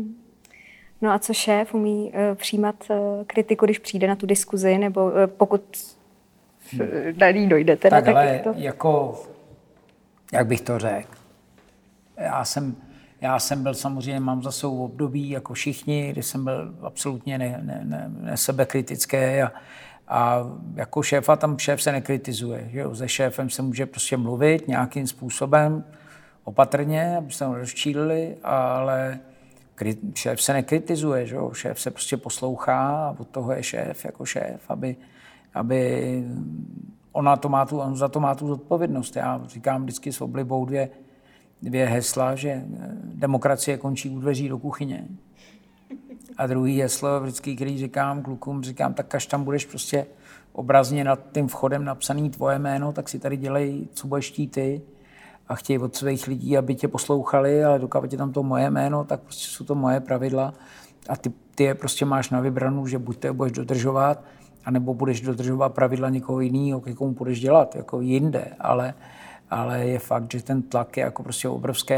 No a co šéf umí přijímat kritiku, když přijde na tu diskuzi, nebo pokud na ní dojde teda? Tak ale jako, jak bych to řekl, já jsem byl samozřejmě, mám za sebou období jako všichni, kdy jsem byl absolutně nesebekritický a jako šéfa tam šéf se nekritizuje. Že jo? Se šéfem se může prostě mluvit nějakým způsobem opatrně, aby se ho rozčílili, ale šéf se nekritizuje, že jo? Šéf se prostě poslouchá a od toho je šéf jako šéf, aby on za to má tu zodpovědnost. Já říkám vždycky s oblibou dvě hesla, že demokracie končí u dveří do kuchyně. A druhý heslo vždycky, který říkám klukům, tak až tam budeš prostě obrazně nad tím vchodem napsaný tvoje jméno, tak si tady dělej, co budeš chtít ty a chtějí od svých lidí, aby tě poslouchali, ale dokud je tam to moje jméno, tak prostě jsou to moje pravidla a ty je prostě máš na vybranou, že buď to budeš dodržovat, anebo budeš dodržovat pravidla někoho jiného, k komu budeš dělat, jako jinde, ale ale je fakt, že ten tlak je jako prostě obrovský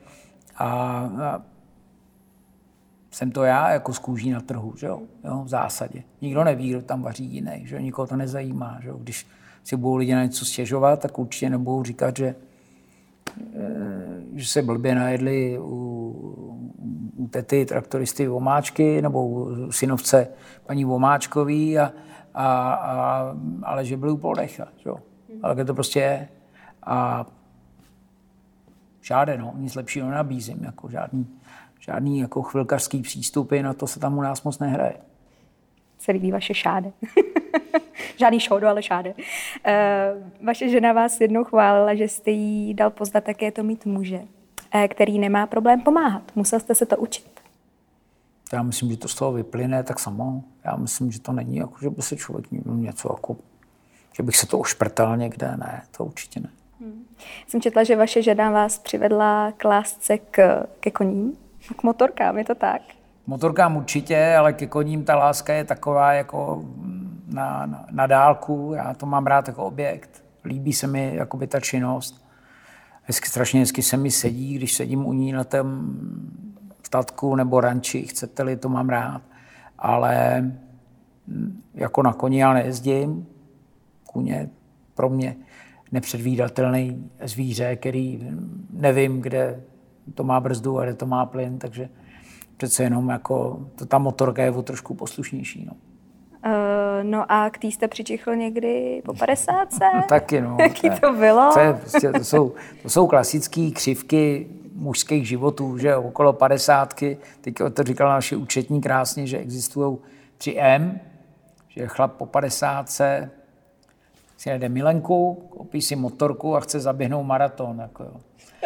a jsem to já jako z kůží na trhu, že jo, v zásadě. Nikdo neví, kdo tam vaří jiný, že jo? Nikoho to nezajímá. Že jo? Když si budou lidi na něco stěžovat, tak určitě nebudou říkat, že se blbě najedli u tety traktoristy Vomáčky nebo u synovce paní Vomáčkový, ale že byli u Poldecha. Že jo? Ale to prostě je. A nic lepšího nenabízím, jako žádný jako chvilkařský přístupy, na to se tam u nás moc nehraje. Se líbí vaše šáde. Žádný šódo, ale šáde. Vaše žena vás jednou chválila, že jste jí dal poznat, jak je to mít muže, který nemá problém pomáhat. Musel jste se to učit? Já myslím, že to z toho vyplyne tak samo. Já myslím, že to není, jako, že by se člověk něco jako, že bych se to ošprtal někde. Ne, to určitě ne. Jsem četla, že vaše žena vás přivedla k lásce ke koním, k motorkám, je to tak? Motorkám určitě, ale ke koním ta láska je taková jako na dálku. Já to mám rád jako objekt. Líbí se mi jakoby ta činnost. Strašně hezky se mi sedí, když sedím u ní na tom statku nebo ranči, chcete-li, to mám rád. Ale jako na koni já nejezdím. Kůň pro mě nepředvídatelný zvíře, který nevím, kde to má brzdu a kde to má plyn, takže přece jenom jako ta motorka je o trošku poslušnější. No. No a k tý jste přičichl někdy po 50? No, taky, no. Jaký to bylo? To jsou klasické křivky mužských životů, že okolo 50. Teď to říkala naše účetní krásně, že existují 3M, že chlap po 50 si jede milenku, koupí si motorku a chce zaběhnout maraton. Jako jo.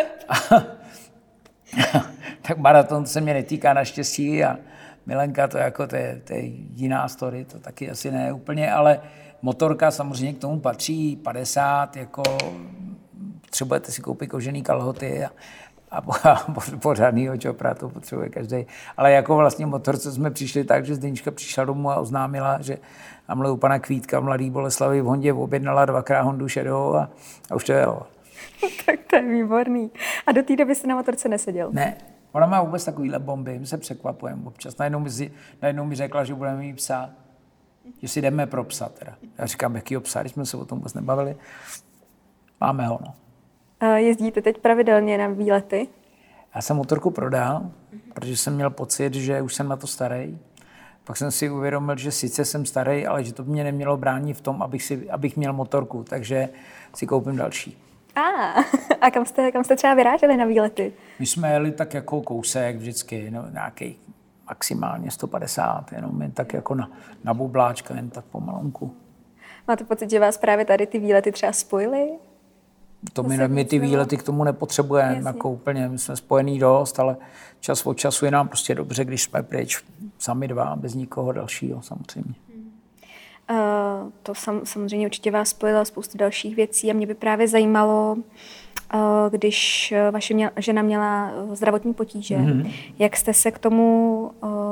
Tak maraton se mě netýká naštěstí a milenka to je jiná story, to taky asi ne úplně, ale motorka samozřejmě k tomu patří 50, jako potřebujete si koupit kožený kalhoty a pořádnýho čopra, to potřebuje každý. Ale jako vlastně motorce jsme přišli tak, že Zdeníčka přišla domů a oznámila, že tamhle u pana Kvítka v Mladý Boleslavi v Hondě objednala 2x Hondu šedou a už to jelo. Tak to je výborný. A do té doby jsi na motorce neseděl? Ne. Ona má vůbec takovýhle bomby, my se překvapujeme občas. Najednou mi řekla, že budeme mít psa, že si jdeme pro psa teda. Já říkám, jakýho psa, když jsme se o tom vůbec nebavili. Máme ho, no. Jezdíte teď pravidelně na výlety? Já jsem motorku prodal, protože jsem měl pocit, že už jsem na to starý. Pak jsem si uvědomil, že sice jsem starý, ale že to by mě nemělo bránit v tom, abych měl motorku, takže si koupím další. A kam jste třeba vyráželi na výlety? My jsme jeli tak jako kousek vždycky, no, nějaký maximálně 150, jenom jen tak jako na bubláčka, jen tak pomalonku. Máte pocit, že vás právě tady ty výlety třeba spojily? To my ty výlety k tomu nepotřebujeme, jako úplně, my jsme spojení dost, ale čas od času je nám prostě dobře, když jsme pryč sami dva, bez nikoho dalšího samozřejmě. To samozřejmě určitě vás spojila spoustu dalších věcí a mě by právě zajímalo, když vaše žena měla zdravotní potíže, jak jste se k tomu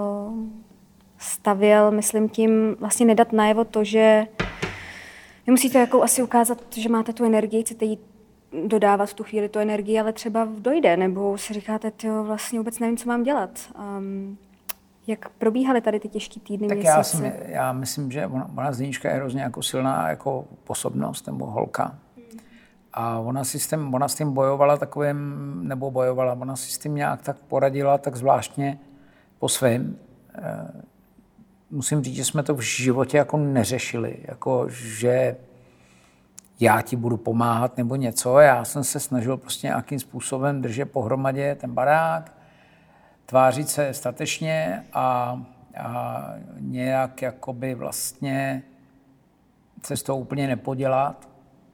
stavěl, myslím tím vlastně nedat najevo to, že vy musíte jako asi ukázat, že máte tu energii, chcete jí dodávat v tu chvíli tu energii, ale třeba dojde, nebo si říkáte, tyjo, vlastně vůbec nevím, co mám dělat. Jak probíhaly tady ty těžké týdny, tak měsíce? Já myslím, že ona Zdeníčka je hrozně jako silná jako osobnost nebo holka. A ona s tím bojovala ona si s tím nějak tak poradila, tak zvláštně po svém. Musím říct, že jsme to v životě jako neřešili, jako že já ti budu pomáhat nebo něco. Já jsem se snažil prostě nějakým způsobem držet pohromadě ten barák, tvářit se statečně a nějak jakoby vlastně se z toho úplně nepodělat.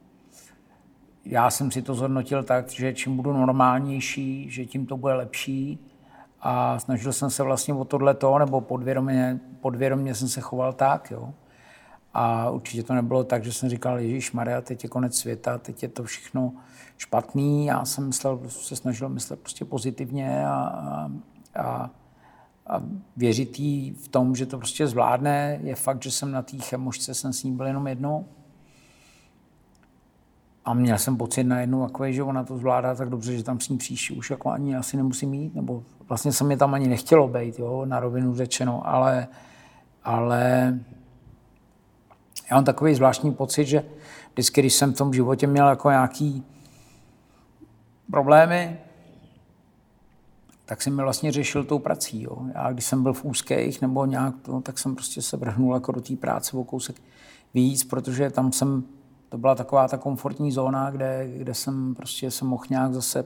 Já jsem si to zhodnotil tak, že čím budu normálnější, že tím to bude lepší a snažil jsem se vlastně o tohleto, nebo podvědomě jsem se choval tak, jo. A určitě to nebylo tak, že jsem říkal, Ježišmarja, teď je konec světa, teď je to všechno špatný. Já jsem se snažil myslet prostě pozitivně a věřit jí v tom, že to prostě zvládne. Je fakt, že jsem na té chemošce jsem s ní byl jenom jednou. A měl jsem pocit najednou takový, že ona to zvládá tak dobře, že tam s ní příště už jako ani asi nemusím jít, nebo vlastně se mi tam ani nechtělo být, jo, na rovinu řečeno, ale já mám takový zvláštní pocit, že vždycky, když jsem v tom životě měl jako nějaký problémy, tak jsem mi vlastně řešil tou prací. Jo. Já když jsem byl v úzkých nebo nějak, tak jsem prostě se vrhnul jako do té práce o kousek víc, protože tam to byla taková ta komfortní zóna, kde jsem prostě se mohl nějak zase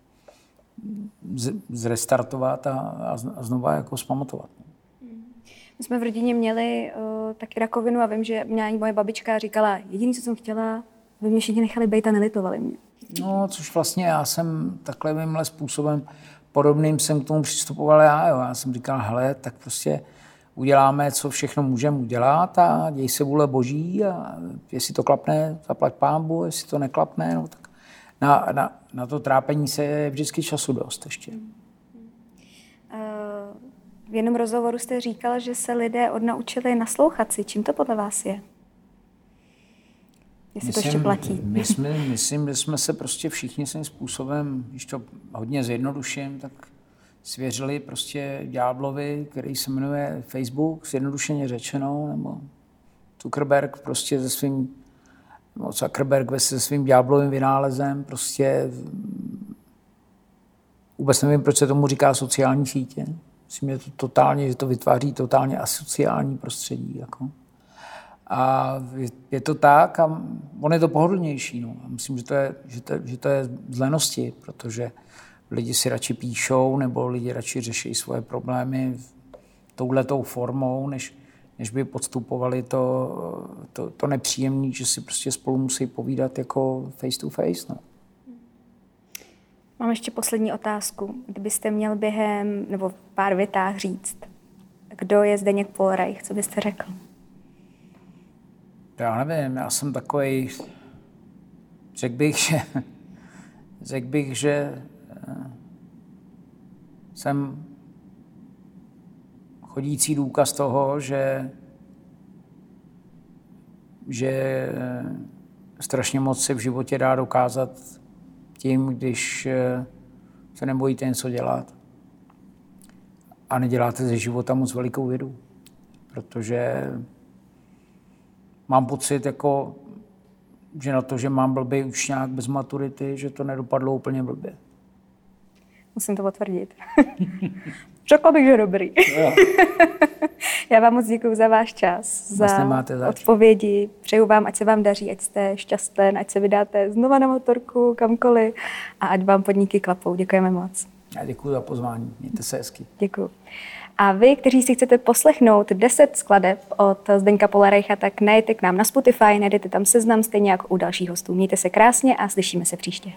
zrestartovat a znova jako zpamatovat. My jsme v rodině měli taky rakovinu a vím, že mě moje babička říkala, jediné, co jsem chtěla, aby mě všichni nechali bejt a nelitovali mě. No, což vlastně já jsem takovýmhle způsobem podobným jsem k tomu přistupoval já. Jo. Já jsem říkal, hele, tak prostě uděláme, co všechno můžeme udělat a děj se vůle boží a jestli to klapne, zaplať pánbu, jestli to neklapne, no tak na to trápení se je vždycky času dost ještě. V jednom rozhovoru jste říkal, že se lidé odnaučili naslouchat si. Čím to podle vás je? Jestli to ještě platí. Myslím, že jsme se prostě všichni svým způsobem, když to hodně zjednoduším, tak svěřili prostě ďáblovi, který se jmenuje Facebook, zjednodušeně řečeno, nebo Zuckerberg prostě se svým ďáblovým vynálezem prostě vůbec nevím, proč se tomu říká sociální sítě. Myslím, že to vytváří totálně asociální prostředí. Jako. A je to tak a on je to pohodlnější. No. A myslím, že to je z lenosti, protože lidi si radši píšou nebo lidi radši řeší svoje problémy touhletou formou, než by podstupovali to nepříjemné, že si prostě spolu musí povídat jako face to face. No. Mám ještě poslední otázku. Kdybyste měl během nebo v pár větách říct, kdo je Zdeněk Polereich, co byste řekl? Já nevím, já jsem takovej, řekl bych, že jsem chodící důkaz toho, že strašně moc se v životě dá dokázat tím, když se nebojíte něco dělat a neděláte ze života moc velikou vědu. Protože mám pocit, jako, že na to, že mám blbý učňák bez maturity, že to nedopadlo úplně blbě. Musím to potvrdit. Řekla bych, že dobrý. Já vám moc děkuji za váš čas, za odpovědi. Přeju vám, ať se vám daří, ať jste šťastný, ať se vydáte znova na motorku, kamkoliv a ať vám podniky klapou. Děkujeme moc. Já děkuji za pozvání. Mějte se hezky. Děkuji. A vy, kteří si chcete poslechnout 10 skladeb od Zdeňka Polereicha, tak najděte k nám na Spotify, najdete tam seznam stejně jako u dalších hostů. Mějte se krásně a slyšíme se příště.